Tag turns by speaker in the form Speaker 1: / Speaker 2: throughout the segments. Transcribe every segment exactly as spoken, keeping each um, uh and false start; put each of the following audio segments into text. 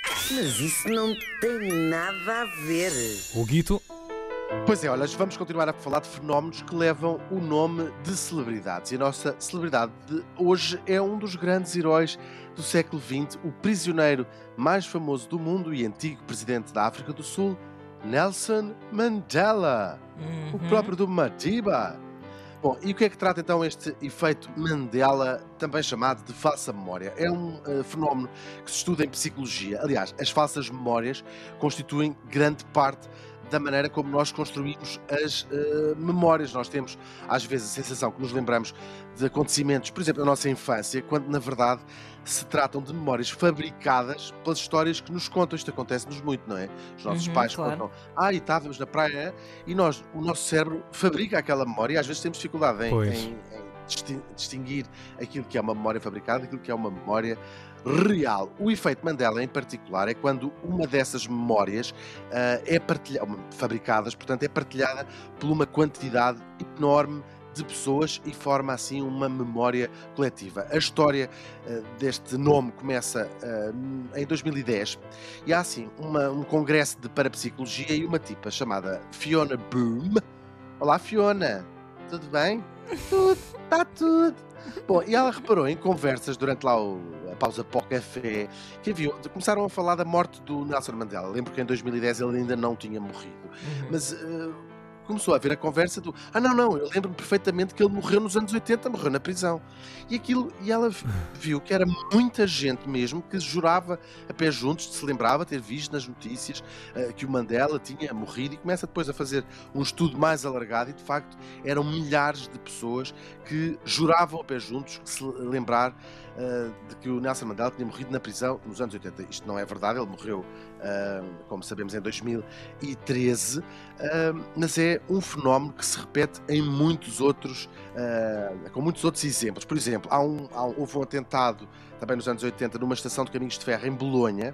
Speaker 1: Mas isso não tem nada a ver.
Speaker 2: O Guito.
Speaker 3: Pois é, olha, vamos continuar a falar de fenómenos que levam o nome de celebridades. E a nossa celebridade de hoje é um dos grandes heróis do século vinte, o prisioneiro mais famoso do mundo e antigo presidente da África do Sul, Nelson Mandela,
Speaker 4: Uhum.
Speaker 3: o próprio do Madiba. Bom, e o que é que trata então este efeito Mandela, também chamado de falsa memória? É um uh, fenómeno que se estuda em psicologia. Aliás, as falsas memórias constituem grande parte da maneira como nós construímos as uh, memórias. Nós temos, às vezes, a sensação que nos lembramos de acontecimentos, por exemplo, da nossa infância, quando, na verdade, se tratam de memórias fabricadas pelas histórias que nos contam. Isto acontece-nos muito, não é? Os nossos
Speaker 4: Uhum,
Speaker 3: pais
Speaker 4: claro.
Speaker 3: contam, ah, e estávamos na praia, e nós, o nosso cérebro fabrica aquela memória e às vezes temos dificuldade em,
Speaker 2: Pois.
Speaker 3: em- em distin- distinguir aquilo que é uma memória fabricada daquilo que é uma memória real. O efeito Mandela, em particular, é quando uma dessas memórias ah, é partilhada, fabricadas, portanto, é partilhada por uma quantidade enorme de pessoas e forma assim uma memória coletiva. A história ah, deste nome começa ah, em dois mil e dez e há assim uma- um congresso de parapsicologia e uma tipa chamada Fiona Boom. Olá, Fiona, tudo bem? Tudo, está tudo. Bom, e ela reparou em conversas durante lá o- a pausa para o café que havia, começaram a falar da morte do Nelson Mandela. Lembro que em dois mil e dez ele ainda não tinha morrido,
Speaker 4: Uhum.
Speaker 3: mas eh, começou a haver a conversa do ah, não, não, eu lembro-me perfeitamente que ele morreu nos anos oitenta, morreu na prisão. E aquilo, e ela vi- viu que era muita gente mesmo que jurava a pé juntos, se lembrava ter visto nas notícias eh, que o Mandela tinha morrido e começa depois a fazer um estudo mais alargado e de facto eram milhares de pessoas que juravam a pé juntos que se lembrar eh, de que o Nelson Mandela tinha morrido na prisão nos anos oitenta. Isto não é verdade, ele morreu, ah, como sabemos, em dois mil e treze, ah, mas é um fenómeno que se repete em muitos outros, ah, com muitos outros exemplos. Por exemplo, há um, há um- houve um atentado também nos anos oitenta numa estação de caminhos de ferro em Bolonha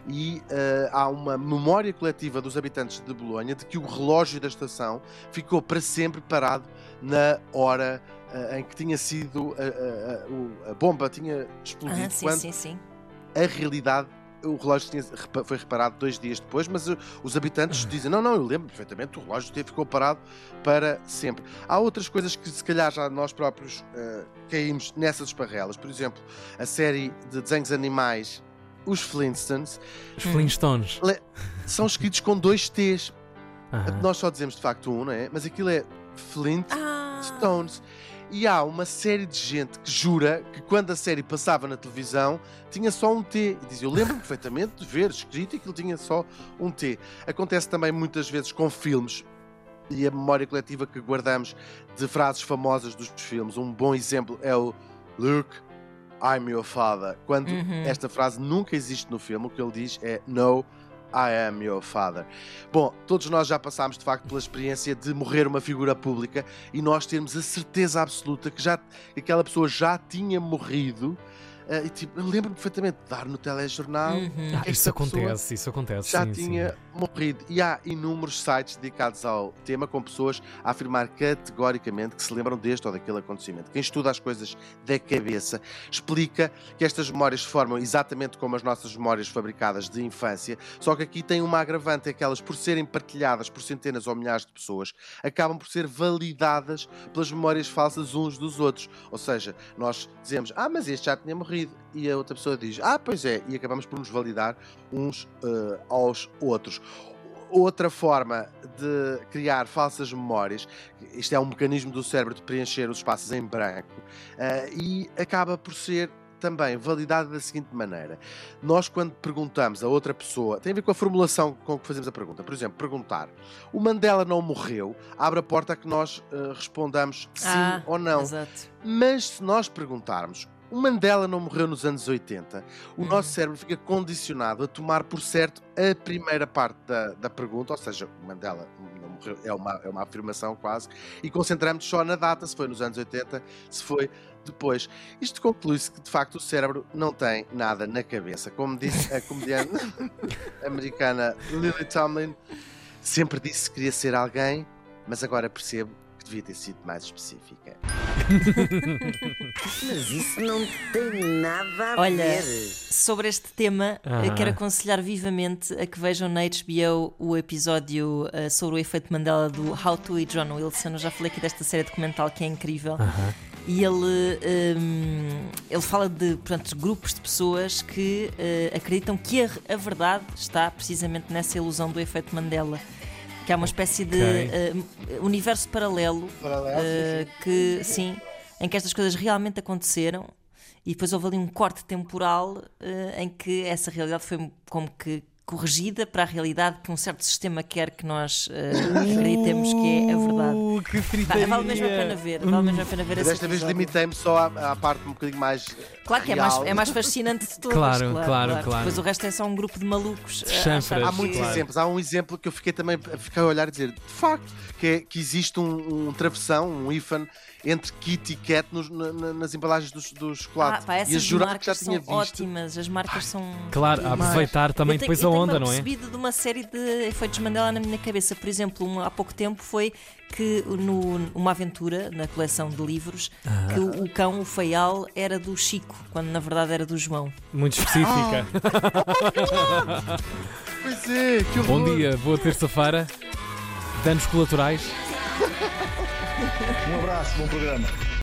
Speaker 3: e ah, há uma memória coletiva dos habitantes de Bolonha de que o relógio da estação ficou para sempre parado na hora ah, em que tinha sido a, a- a- o- a bomba tinha explodido,
Speaker 4: Ah, sim,
Speaker 3: quando
Speaker 4: sim, sim.
Speaker 3: a realidade o relógio tinha- repa- foi reparado dois dias depois, mas uh, os habitantes dizem, não, não, eu lembro perfeitamente, o relógio te- ficou parado para sempre. Há outras coisas que se calhar já nós próprios uh, caímos nessas esparrelas. Por exemplo, a série de desenhos animais, os Flintstones,
Speaker 2: Os Flintstones.
Speaker 3: le- são escritos com dois T's.
Speaker 2: Aham.
Speaker 3: Nós só dizemos de facto um, não é? Mas aquilo é Flint
Speaker 4: Ah,
Speaker 3: Stones. E há uma série de gente que jura que quando a série passava na televisão tinha só um T. E diz, eu lembro perfeitamente de ver escrito e que ele tinha só um T. Acontece também muitas vezes com filmes e a memória coletiva que guardamos de frases famosas dos filmes. Um bom exemplo é o Luke, I'm your father. Quando
Speaker 4: Uhum.
Speaker 3: esta frase nunca existe no filme, o que ele diz é No, I am your father. Bom, todos nós já passámos de facto pela experiência de morrer uma figura pública e nós termos a certeza absoluta que, já, que aquela pessoa já tinha morrido. eh, e tipo, eu lembro-me perfeitamente de dar no telejornal
Speaker 4: Uhum.
Speaker 2: Ah,
Speaker 3: que
Speaker 2: isso
Speaker 3: esta pessoa
Speaker 2: acontece, isso acontece.
Speaker 3: já
Speaker 2: sim,
Speaker 3: tinha morrido. E há inúmeros sites dedicados ao tema com pessoas a afirmar categoricamente que se lembram deste ou daquele acontecimento. Quem estuda as coisas da cabeça explica que estas memórias se formam exatamente como as nossas memórias fabricadas de infância, só que aqui tem uma agravante, é que elas, por serem partilhadas por centenas ou milhares de pessoas, acabam por ser validadas pelas memórias falsas uns dos outros. Ou seja, nós dizemos, ah, mas este já tinha morrido, e a outra pessoa diz, ah, pois é, e acabamos por nos validar uns eh, aos outros. Outra forma de criar falsas memórias, isto é um mecanismo do cérebro de preencher os espaços em branco, eh, e acaba por ser também validada da seguinte maneira. Nós, quando perguntamos a outra pessoa, tem a ver com a formulação com que fazemos a pergunta. Por exemplo, perguntar, o Mandela não morreu, abre a porta a que nós eh, respondamos sim
Speaker 4: Ah,
Speaker 3: ou não.
Speaker 4: exato.
Speaker 3: Mas se nós perguntarmos, o Mandela não morreu nos anos oitenta, o
Speaker 4: Uhum.
Speaker 3: nosso cérebro fica condicionado a tomar por certo a primeira parte da, da pergunta, ou seja, o Mandela não morreu, é uma, é uma afirmação quase, e concentramos só na data, se foi nos anos oitenta, se foi depois. Isto conclui-se que, de facto, o cérebro não tem nada na cabeça. Como disse a comediante americana Lily Tomlin, sempre disse que queria ser alguém, mas agora percebo que devia ter sido mais específica.
Speaker 1: Mas isso não tem nada a
Speaker 4: Olha,
Speaker 1: ver.
Speaker 4: sobre este tema,
Speaker 2: Ah.
Speaker 4: eu quero aconselhar vivamente a que vejam na H B O o episódio uh, sobre o efeito Mandela do How to e John Wilson. Eu já falei aqui desta série documental que é incrível.
Speaker 2: Aham.
Speaker 4: E ele, um, ele fala de, portanto, grupos de pessoas que uh, acreditam que a, a verdade está precisamente nessa ilusão do efeito Mandela, que é uma espécie de uh, universo paralelo,
Speaker 5: Paralelo,
Speaker 4: uh, que, sim, em que estas coisas realmente aconteceram e depois houve ali um corte temporal uh, em que essa realidade foi como que corrigida para a realidade que um certo sistema quer que nós uh, acreditemos que é a verdade.
Speaker 2: Uh, que
Speaker 4: Vale,
Speaker 2: fritaria.
Speaker 4: vale mesmo a pena ver, vale mesmo a pena ver esse
Speaker 3: Desta vez
Speaker 4: episódio.
Speaker 3: limitei-me só à, à parte um bocadinho mais.
Speaker 4: Claro que é mais,
Speaker 3: real.
Speaker 4: é mais fascinante de todas.
Speaker 2: Claro, claro, claro.
Speaker 4: Depois o resto é só um grupo de malucos. a
Speaker 2: Chanfras.
Speaker 4: achar
Speaker 3: Há
Speaker 4: que-
Speaker 3: muitos
Speaker 2: Claro.
Speaker 3: exemplos. Há um exemplo que eu fiquei também a ficar a olhar e dizer, de facto, que, é, que existe um, um travessão, um hífen entre Kit e Kat nos- na- na- nas embalagens dos, dos
Speaker 4: Ah,
Speaker 3: chocolates.
Speaker 4: pá,
Speaker 3: e a
Speaker 4: essas
Speaker 3: jurar que já
Speaker 4: marcas
Speaker 3: tinha
Speaker 4: são
Speaker 3: visto.
Speaker 4: ótimas. As marcas são.
Speaker 2: Claro, a
Speaker 4: demais.
Speaker 2: aproveitar também
Speaker 4: Eu tenho-
Speaker 2: depois a
Speaker 4: eu tenho
Speaker 2: onda, não é?
Speaker 4: percebido de uma série de efeitos Mandela na minha cabeça. Por exemplo, um- há pouco tempo foi que no, uma aventura na coleção de livros
Speaker 2: Ah.
Speaker 4: que o, o cão, o feial, era do Chico, quando na verdade era do João.
Speaker 2: Muito específica.
Speaker 3: Pois é, que horror.
Speaker 2: Bom dia, boa terça-feira. Danos colaterais.
Speaker 5: Um abraço, bom programa.